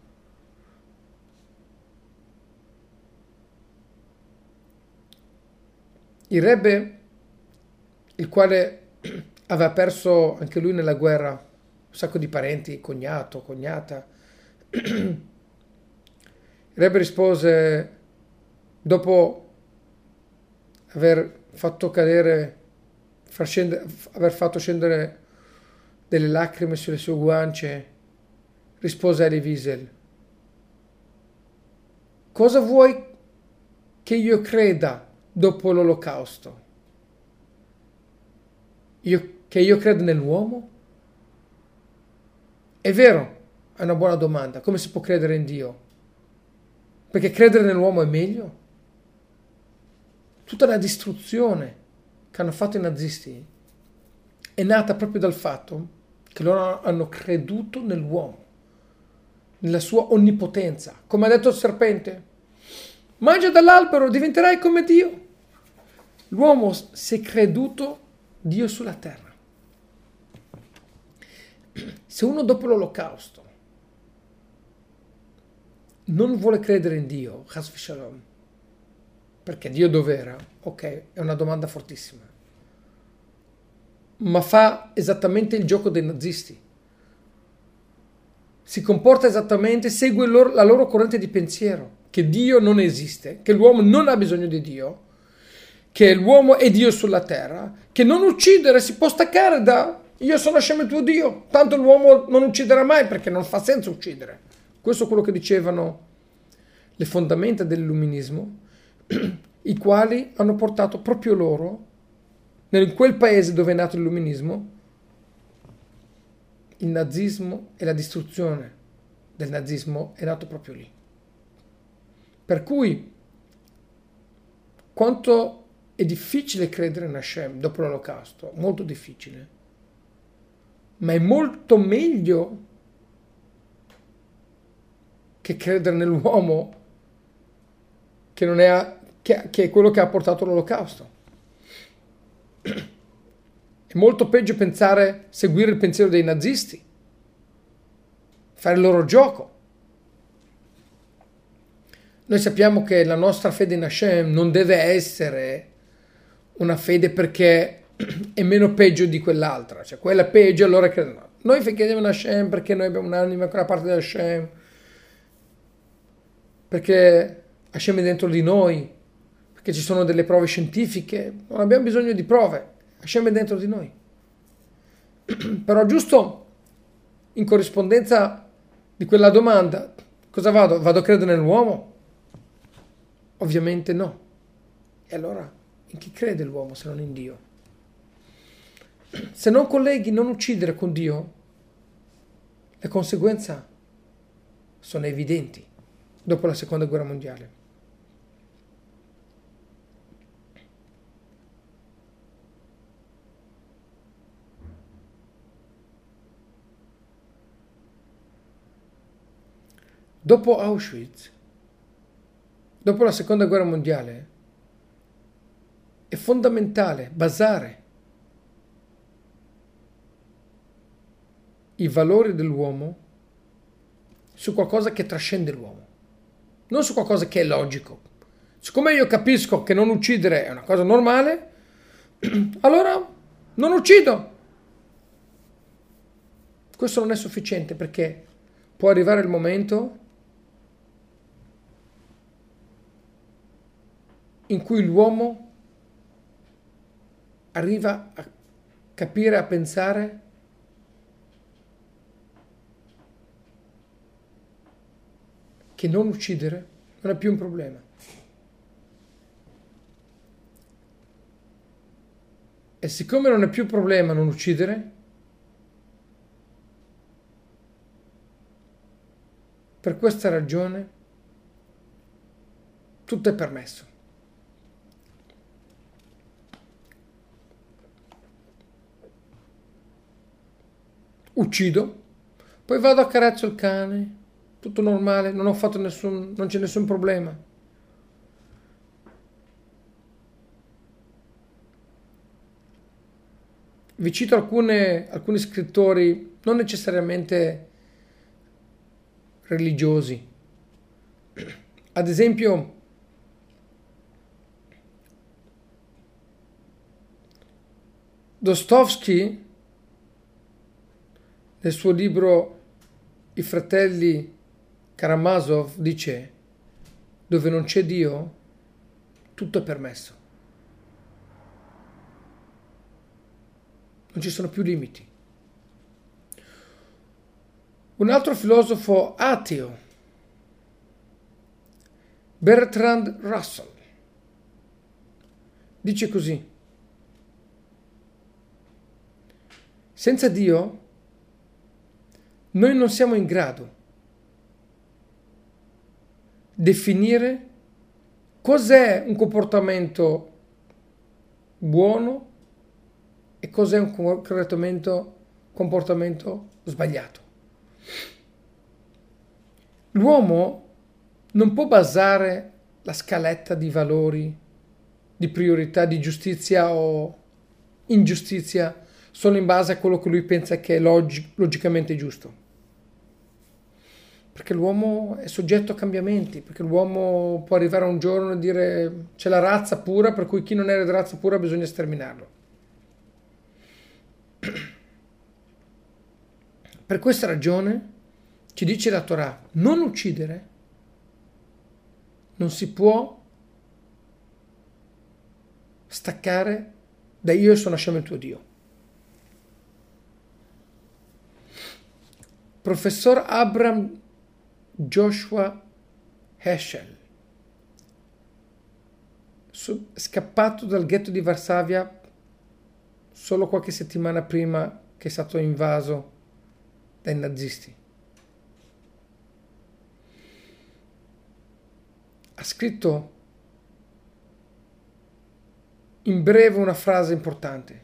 Il Rebbe, il quale aveva perso anche lui nella guerra un sacco di parenti, cognato, cognata, il Rebbe rispose, dopo aver fatto cadere, far scendere, aver fatto scendere delle lacrime sulle sue guance, rispose a Elie Wiesel: cosa vuoi che io creda dopo l'Olocausto? Io, che io creda nell'uomo? È vero, è una buona domanda. Come si può credere in Dio? Perché credere nell'uomo è meglio? Tutta la distruzione che hanno fatto i nazisti è nata proprio dal fatto che loro hanno creduto nell'uomo, nella sua onnipotenza. Come ha detto il serpente: mangia dall'albero, diventerai come Dio. L'uomo si è creduto Dio sulla terra. Se uno dopo l'Olocausto non vuole credere in Dio, Chas v'Shalom, perché Dio dov'era? Ok, è una domanda fortissima. Ma fa esattamente il gioco dei nazisti. Si comporta esattamente, segue loro, la loro corrente di pensiero, che Dio non esiste, che l'uomo non ha bisogno di Dio, che l'uomo è Dio sulla terra, che non uccidere si può staccare da io sono Hashem il tuo Dio, tanto l'uomo non ucciderà mai perché non fa senso uccidere. Questo è quello che dicevano le fondamenta dell'illuminismo, i quali hanno portato proprio loro, in quel paese dove è nato l'illuminismo, il nazismo e la distruzione del nazismo è nato proprio lì. Per cui, quanto è difficile credere in Hashem dopo l'Olocausto, molto difficile, ma è molto meglio che credere nell'uomo che non è, che, che è quello che ha portato l'Olocausto. È molto peggio pensare, seguire il pensiero dei nazisti, fare il loro gioco. Noi sappiamo che la nostra fede in Hashem non deve essere una fede perché è meno peggio di quell'altra, cioè quella è peggio, allora crediamo. No. Noi crediamo in Hashem perché noi abbiamo un'anima con una parte di Hashem, perché Hashem è dentro di noi, perché ci sono delle prove scientifiche, non abbiamo bisogno di prove, Hashem è dentro di noi. Però giusto in corrispondenza di quella domanda, cosa vado? Vado a credere nell'uomo? Ovviamente no. E allora in chi crede l'uomo se non in Dio? Se non colleghi non uccidere con Dio, Le conseguenze sono evidenti dopo la seconda guerra mondiale. Dopo Auschwitz, dopo la seconda guerra mondiale, è fondamentale basare i valori dell'uomo su qualcosa che trascende l'uomo, non su qualcosa che è logico. Siccome io capisco che non uccidere è una cosa normale, allora non uccido. Questo non è sufficiente, perché può arrivare il momento in cui l'uomo arriva a capire, a pensare che non uccidere non è più un problema. E siccome non è più un problema non uccidere, per questa ragione tutto è permesso. Uccido, poi vado, accarezzo il cane, tutto normale, non ho fatto nessun, non c'è nessun problema. Vi cito alcune, alcuni scrittori non necessariamente religiosi. Ad esempio, Dostoevsky, nel suo libro I fratelli Karamazov, dice: dove non c'è Dio, tutto è permesso. Non ci sono più limiti. Un altro filosofo ateo, Bertrand Russell, dice così: senza Dio noi non siamo in grado di definire cos'è un comportamento buono e cos'è un comportamento, comportamento sbagliato. L'uomo non può basare la scaletta di valori, di priorità, di giustizia o ingiustizia solo in base a quello che lui pensa che è log- logicamente giusto. Perché l'uomo è soggetto a cambiamenti, perché l'uomo può arrivare un giorno e dire c'è la razza pura, per cui chi non è di razza pura bisogna sterminarlo. Per questa ragione ci dice la Torah: non uccidere. Non si può staccare da io sono Hashem il tuo Dio. Professor Abraham Joshua Heschel, scappato dal ghetto di Varsavia solo qualche settimana prima che è stato invaso dai nazisti, ha scritto in breve una frase importante: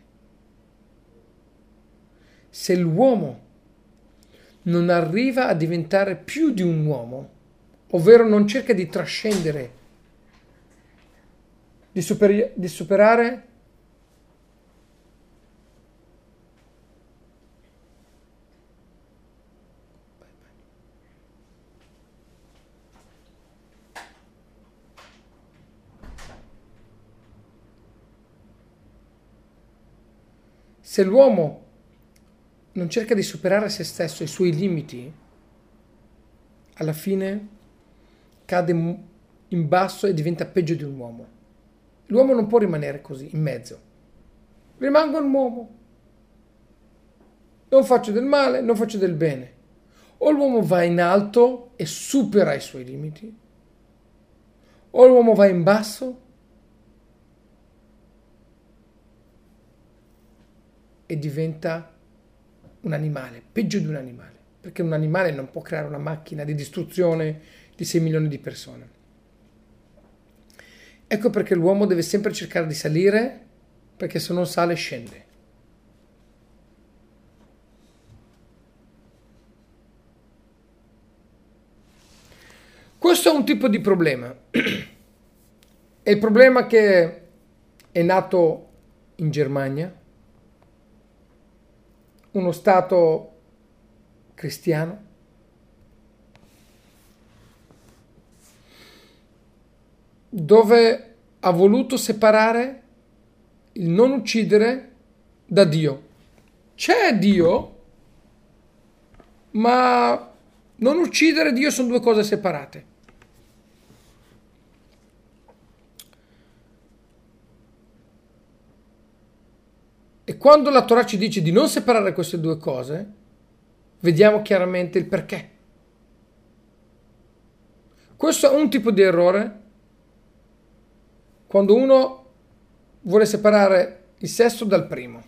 se l'uomo non arriva a diventare più di un uomo, ovvero non cerca di trascendere, di, super, di superare se l'uomo non cerca di superare se stesso, i suoi limiti, alla fine cade in basso e diventa peggio di un uomo. L'uomo non può rimanere così, in mezzo. Rimango un uomo. Non faccio del male, non faccio del bene. O l'uomo va in alto e supera i suoi limiti, o l'uomo va in basso e diventa un animale, peggio di un animale. perché un animale non può creare una macchina di distruzione di sei milioni di persone. Ecco perché l'uomo deve sempre cercare di salire, perché se non sale scende. Questo è un tipo di problema. È il problema che è nato in Germania, uno stato cristiano, dove ha voluto separare il non uccidere da Dio. C'è Dio, ma non uccidere e Dio sono due cose separate. E quando la Torah ci dice di non separare queste due cose, vediamo chiaramente il perché. Questo è un tipo di errore quando uno vuole separare il sesto dal primo.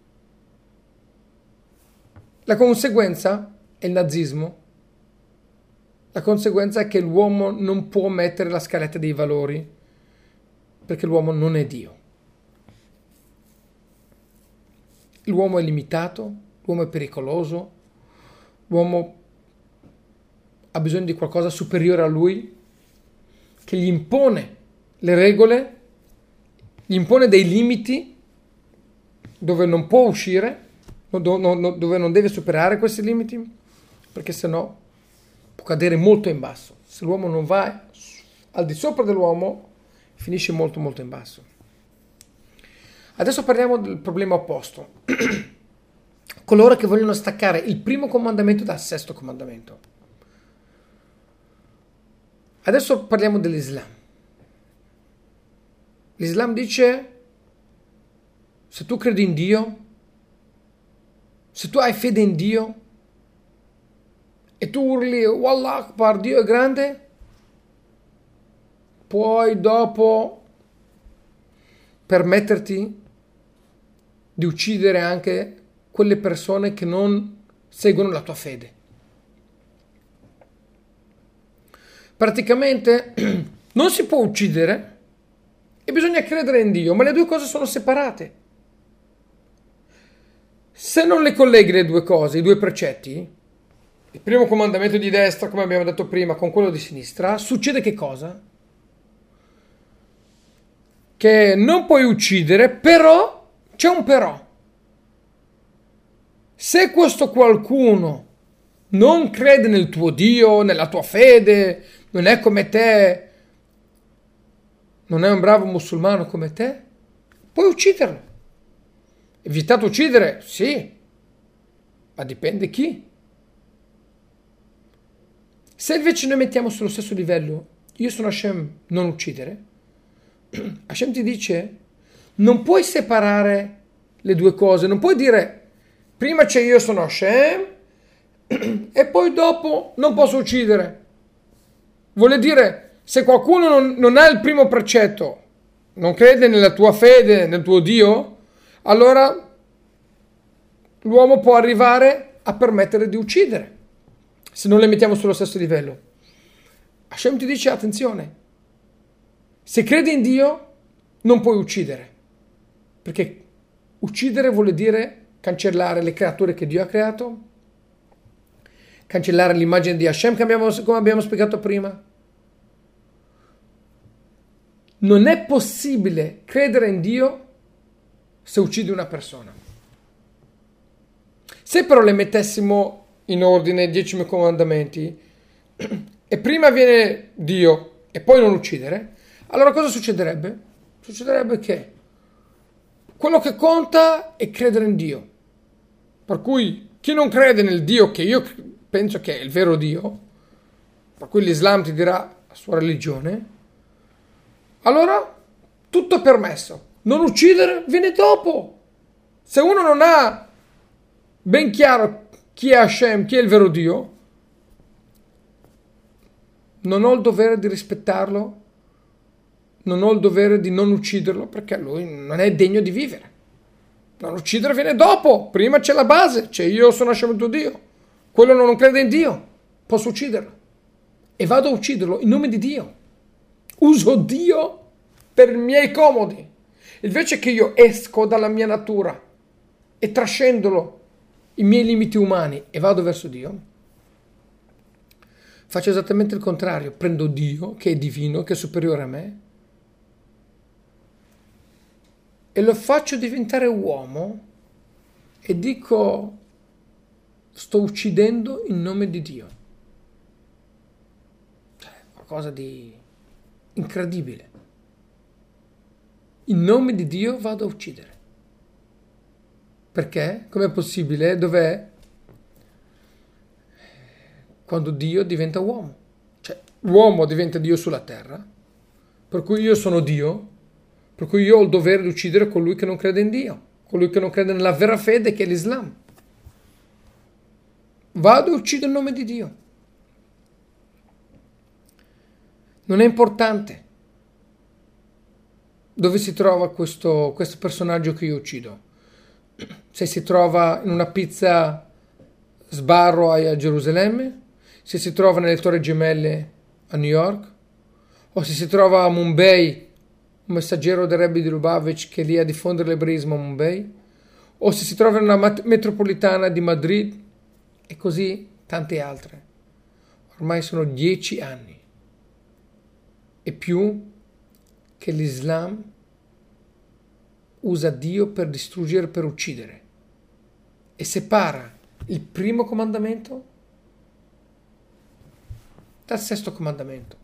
La conseguenza è il nazismo. La conseguenza è che l'uomo non può mettere la scaletta dei valori perché l'uomo non è Dio. L'uomo è limitato, l'uomo è pericoloso, l'uomo ha bisogno di qualcosa superiore a lui che gli impone le regole, gli impone dei limiti dove non può uscire, dove non deve superare questi limiti, perché sennò può cadere molto in basso. Se l'uomo non va al di sopra dell'uomo, finisce molto molto in basso. Adesso parliamo del problema opposto. Coloro che vogliono staccare il primo comandamento dal sesto comandamento. Adesso parliamo dell'Islam. L'Islam dice: se tu credi in Dio, se tu hai fede in Dio e tu urli Wallah Akbar, Dio è grande, puoi dopo permetterti di uccidere anche quelle persone che non seguono la tua fede. Praticamente non si può uccidere e bisogna credere in Dio, ma le due cose sono separate. Se non le colleghi le due cose, i due precetti, il primo comandamento di destra, come abbiamo detto prima, con quello di sinistra, succede che cosa? Che non puoi uccidere, però c'è un però. Se questo qualcuno non crede nel tuo Dio, nella tua fede, non è come te, non è un bravo musulmano come te, puoi ucciderlo. È vietato uccidere? Sì, ma dipende chi. Se invece noi mettiamo sullo stesso livello, io sono Hashem, non uccidere, Hashem ti dice, non puoi separare le due cose, non puoi dire prima c'è io sono Hashem e poi dopo non posso uccidere. Vuole dire, se qualcuno non, non ha il primo precetto, non crede nella tua fede, nel tuo Dio, allora l'uomo può arrivare a permettere di uccidere, se non le mettiamo sullo stesso livello. Hashem ti dice, attenzione, se credi in Dio non puoi uccidere, perché uccidere vuol dire cancellare le creature che Dio ha creato, cancellare l'immagine di Hashem che abbiamo, come abbiamo spiegato prima. Non è possibile credere in Dio se uccidi una persona. Se però le mettessimo in ordine i dieci comandamenti e prima viene Dio e poi non uccidere, allora cosa succederebbe? Succederebbe che quello che conta è credere in Dio. Per cui chi non crede nel Dio che io penso che è il vero Dio, per cui l'Islam ti dirà la sua religione, allora tutto è permesso. Non uccidere viene dopo. Se uno non ha ben chiaro chi è Hashem, chi è il vero Dio, non ho il dovere di rispettarlo, non ho il dovere di non ucciderlo, perché lui non è degno di vivere. Non uccidere viene dopo, prima c'è la base, c'è io sono Hashem il tuo Dio. Quello non crede in Dio, posso ucciderlo. E vado a ucciderlo in nome di Dio. Uso Dio per i miei comodi. Invece che io esco dalla mia natura e trascendolo i miei limiti umani e vado verso Dio, faccio esattamente il contrario. Prendo Dio, che è divino, che è superiore a me, e lo faccio diventare uomo e dico: sto uccidendo in nome di Dio. Cioè, qualcosa di incredibile. In nome di Dio vado a uccidere. Perché? Com'è possibile? Dov'è? Quando Dio diventa uomo. Cioè, l'uomo diventa Dio sulla terra, per cui io sono Dio, per cui io ho il dovere di uccidere colui che non crede in Dio, colui che non crede nella vera fede, che è l'Islam. Vado e uccido in nome di Dio. Non è importante dove si trova questo, questo personaggio che io uccido. Se si trova in una pizza sbarro a Gerusalemme, se si trova nelle Torri Gemelle a New York, o se si trova a Mumbai, un messaggero del Rebbe di Lubavitch che è lì a diffondere l'ebraismo a Mumbai, o se si trova in una mat- metropolitana di Madrid, e così tante altre. Ormai sono dieci anni e più che l'Islam usa Dio per distruggere, per uccidere, e separa il primo comandamento dal sesto comandamento.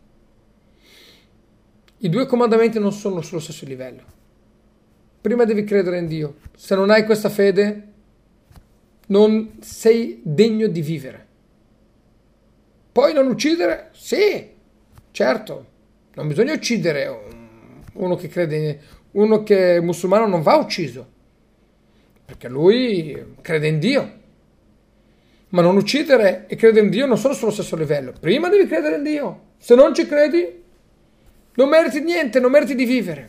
I due comandamenti non sono sullo stesso livello. Prima devi credere in Dio. Se non hai questa fede, non sei degno di vivere. Poi non uccidere? Sì, certo. Non bisogna uccidere uno che crede, uno che è musulmano non va ucciso, perché lui crede in Dio. Ma non uccidere e credere in Dio non sono sullo stesso livello. Prima devi credere in Dio. Se non ci credi, non meriti niente, non meriti di vivere.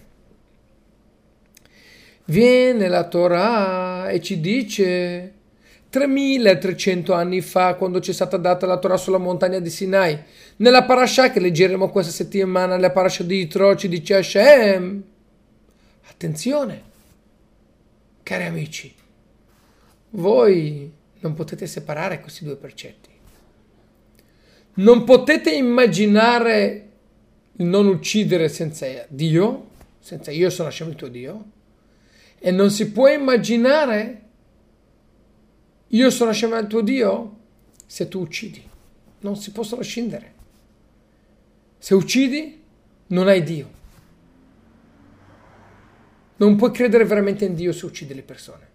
Viene la Torah e ci dice: tremilatrecento anni fa, quando ci è stata data la Torah sulla montagna di Sinai, nella parasha che leggeremo questa settimana, nella parasha di Yitro, ci dice Hashem: attenzione, cari amici, voi non potete separare questi due precetti. Non potete immaginare il non uccidere senza Dio, senza io sono Hashem il tuo Dio, e non si può immaginare io sono Hashem il tuo Dio se tu uccidi. Non si possono scindere. Se uccidi, non hai Dio. Non puoi credere veramente in Dio se uccidi le persone.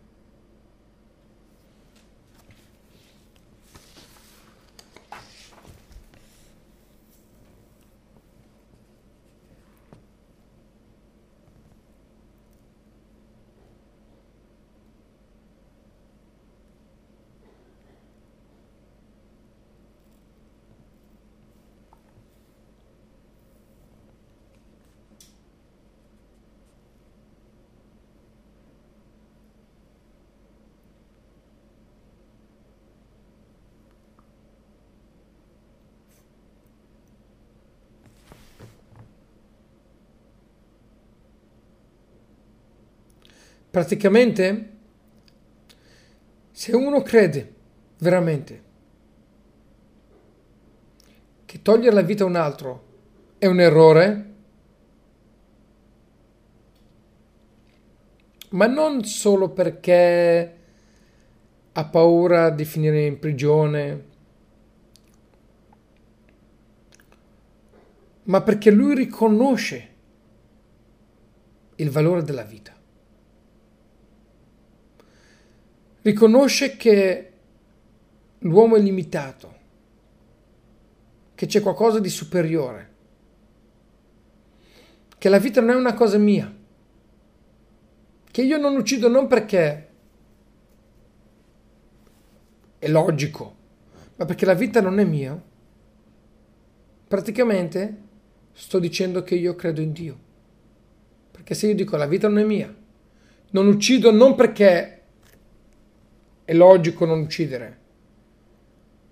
Praticamente, se uno crede veramente che togliere la vita a un altro è un errore, ma non solo perché ha paura di finire in prigione, ma perché lui riconosce il valore della vita. Riconosce che l'uomo è limitato, che c'è qualcosa di superiore, che la vita non è una cosa mia, che io non uccido non perché è logico, ma perché la vita non è mia. Praticamente sto dicendo che io credo in Dio, perché se io dico la vita non è mia, non uccido non perché è logico non uccidere,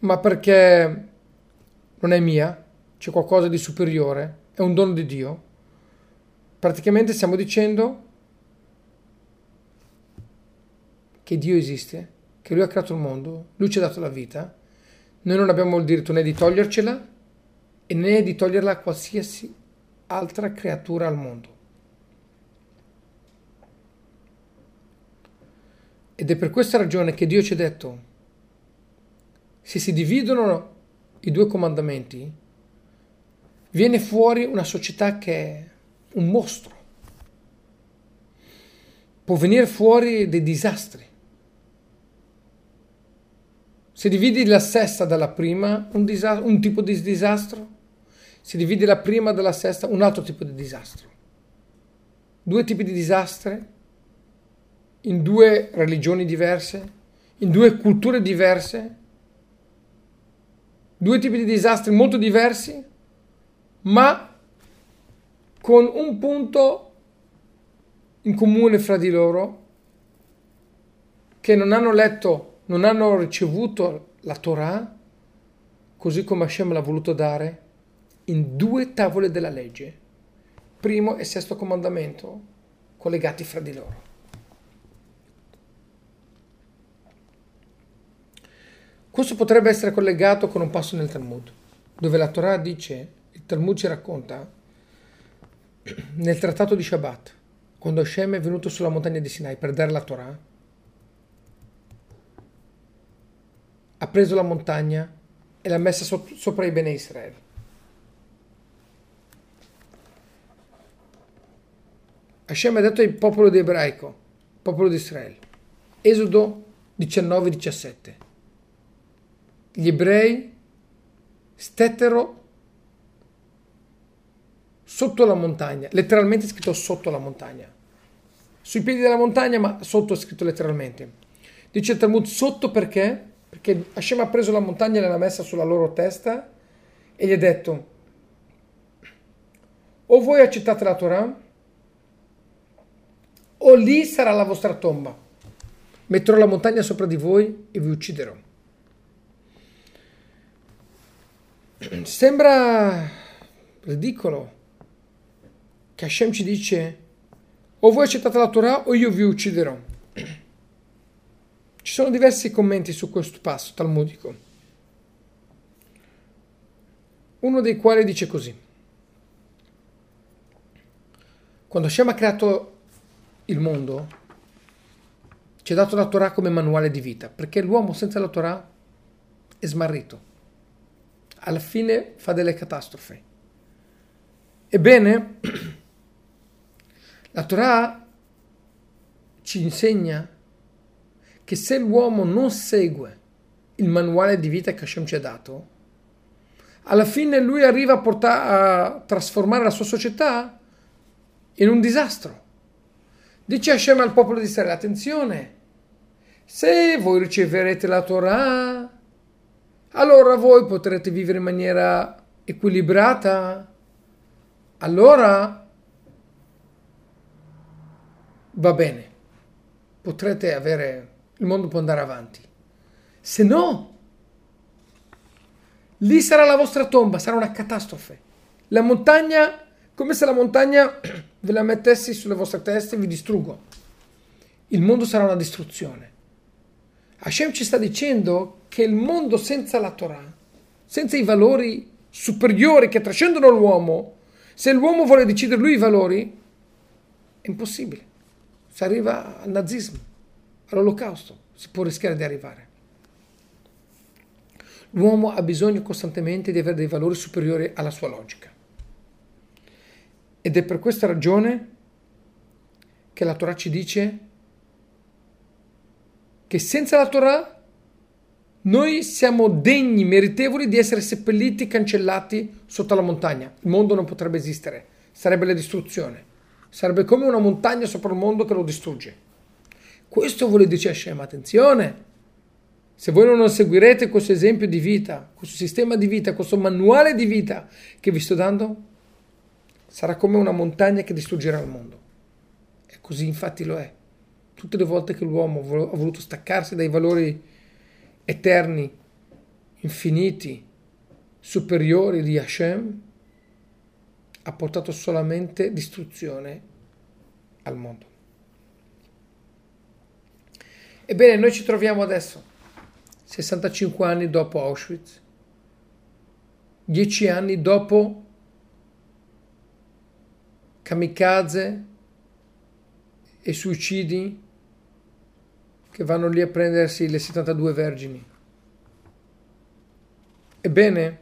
ma perché non è mia, c'è qualcosa di superiore, è un dono di Dio. Praticamente stiamo dicendo che Dio esiste, che Lui ha creato il mondo, Lui ci ha dato la vita, noi non abbiamo il diritto né di togliercela e né di toglierla a qualsiasi altra creatura al mondo. Ed è per questa ragione che Dio ci ha detto, se si dividono i due comandamenti, viene fuori una società che è un mostro. Può venire fuori dei disastri. Se dividi la sesta dalla prima, un, disastro, un tipo di disastro. Se dividi la prima dalla sesta, un altro tipo di disastro. Due tipi di disastri in due religioni diverse, in due culture diverse, due tipi di disastri molto diversi, ma con un punto in comune fra di loro, che non hanno letto, non hanno ricevuto la Torah, così come Hashem l'ha voluto dare, in due tavole della legge, primo e sesto comandamento, collegati fra di loro. Questo potrebbe essere collegato con un passo nel Talmud, dove la Torah dice, il Talmud ci racconta, nel trattato di Shabbat, quando Hashem è venuto sulla montagna di Sinai per dare la Torah, ha preso la montagna e l'ha messa so- sopra i Bene Israele. Hashem ha detto al popolo di ebraico, popolo di Israele, Esodo diciannove diciassette. Gli ebrei stettero sotto la montagna, letteralmente scritto sotto la montagna, sui piedi della montagna, ma sotto è scritto letteralmente. Dice il Talmud sotto perché? Perché Hashem ha preso la montagna e l'ha messa sulla loro testa e gli ha detto: o voi accettate la Torah o lì sarà la vostra tomba, metterò la montagna sopra di voi e vi ucciderò. Sembra ridicolo che Hashem ci dice: o voi accettate la Torah o io vi ucciderò. Ci sono diversi commenti su questo passo talmudico, uno dei quali dice così: quando Hashem ha creato il mondo ci ha dato la Torah come manuale di vita, perché l'uomo senza la Torah è smarrito, alla fine fa delle catastrofi. Ebbene, la Torah ci insegna che se l'uomo non segue il manuale di vita che Hashem ci ha dato, alla fine lui arriva a, portare, a trasformare la sua società in un disastro. Dice Hashem al popolo di Israele: attenzione, se voi riceverete la Torah, allora voi potrete vivere in maniera equilibrata, allora va bene, potrete avere, il mondo può andare avanti. Se no, lì sarà la vostra tomba, sarà una catastrofe. La montagna, come se la montagna ve la mettessi sulle vostre teste e vi distruggo. Il mondo sarà una distruzione. Hashem ci sta dicendo che il mondo senza la Torah, senza i valori superiori che trascendono l'uomo, se l'uomo vuole decidere lui i valori, è impossibile. Si arriva al nazismo, all'olocausto, si può rischiare di arrivare. L'uomo ha bisogno costantemente di avere dei valori superiori alla sua logica. Ed è per questa ragione che la Torah ci dice che senza la Torah noi siamo degni, meritevoli di essere seppelliti, cancellati sotto la montagna. Il mondo non potrebbe esistere, sarebbe la distruzione. Sarebbe come una montagna sopra il mondo che lo distrugge. Questo vuole dire Hashem: attenzione, se voi non seguirete questo esempio di vita, questo sistema di vita, questo manuale di vita che vi sto dando, sarà come una montagna che distruggerà il mondo. E così infatti lo è. Tutte le volte che l'uomo ha voluto staccarsi dai valori eterni infiniti, superiori di Hashem, ha portato solamente distruzione al mondo. Ebbene, noi ci troviamo adesso, sessantacinque anni dopo Auschwitz, dieci anni dopo kamikaze e suicidi che vanno lì a prendersi le settantadue vergini. Ebbene,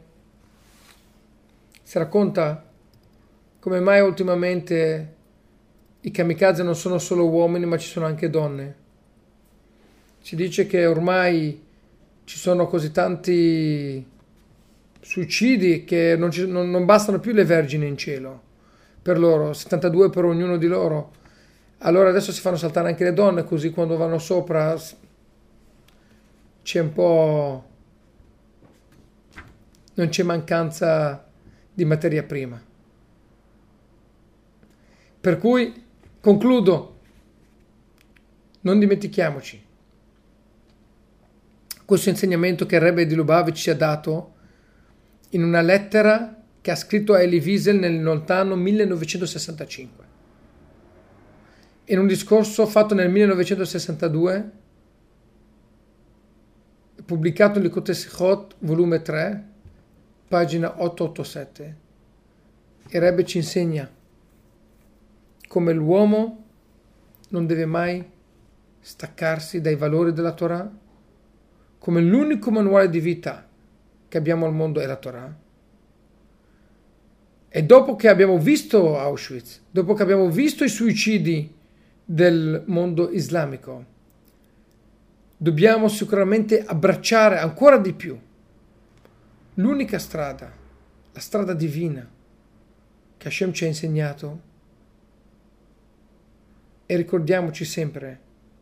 si racconta come mai ultimamente i kamikaze non sono solo uomini, ma ci sono anche donne. Si dice che ormai ci sono così tanti suicidi che non, ci, non, non bastano più le vergini in cielo per loro, settantadue per ognuno di loro. Allora adesso si fanno saltare anche le donne, così quando vanno sopra c'è un po'... non c'è mancanza di materia prima. Per cui concludo, non dimentichiamoci questo insegnamento che il Rebbe di Lubavitch ci ha dato in una lettera che ha scritto a Elie Wiesel nel lontano millenovecentosessantacinque. In un discorso fatto nel millenovecentosessantadue, pubblicato in Likutei Sichot, volume tre, pagina ottocentottantasette, il Rebbe ci insegna come l'uomo non deve mai staccarsi dai valori della Torah, come l'unico manuale di vita che abbiamo al mondo è la Torah. E dopo che abbiamo visto Auschwitz, dopo che abbiamo visto i suicidi del mondo islamico, dobbiamo sicuramente abbracciare ancora di più l'unica strada, la strada divina che Hashem ci ha insegnato, e ricordiamoci sempre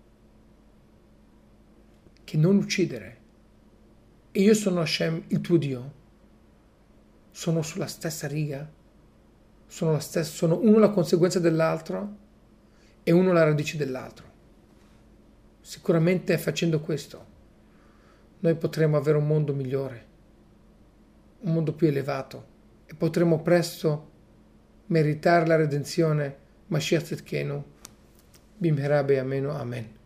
che non uccidere. E io sono Hashem, il tuo Dio, sono sulla stessa riga, sono, la stessa, sono uno la conseguenza dell'altro e uno la radice dell'altro. Sicuramente facendo questo noi potremo avere un mondo migliore, un mondo più elevato, e potremo presto meritare la redenzione Mashiach Tzidkenu, Bimhera B'Yameinu, Amen.